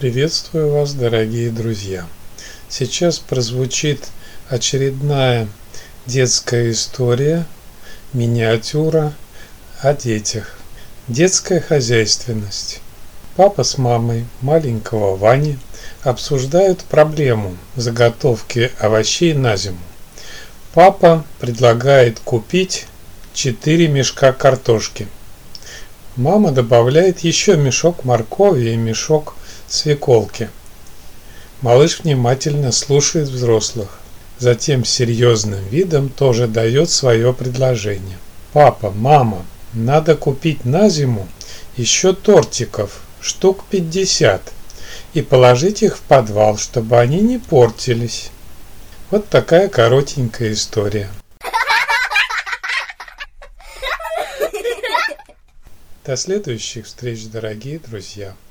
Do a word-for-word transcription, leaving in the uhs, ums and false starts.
Приветствую вас, дорогие друзья! Сейчас прозвучит очередная детская история, миниатюра о детях. Детская хозяйственность. Папа с мамой маленького Вани обсуждают проблему заготовки овощей на зиму. Папа предлагает купить четыре мешка картошки. Мама добавляет еще мешок моркови и мешок свеколки. Малыш внимательно слушает взрослых, затем серьезным видом тоже дает свое предложение. Папа, мама, надо купить на зиму еще тортиков, штук пятьдесят, и положить их в подвал, чтобы они не портились. Вот такая коротенькая история. До следующих встреч, дорогие друзья!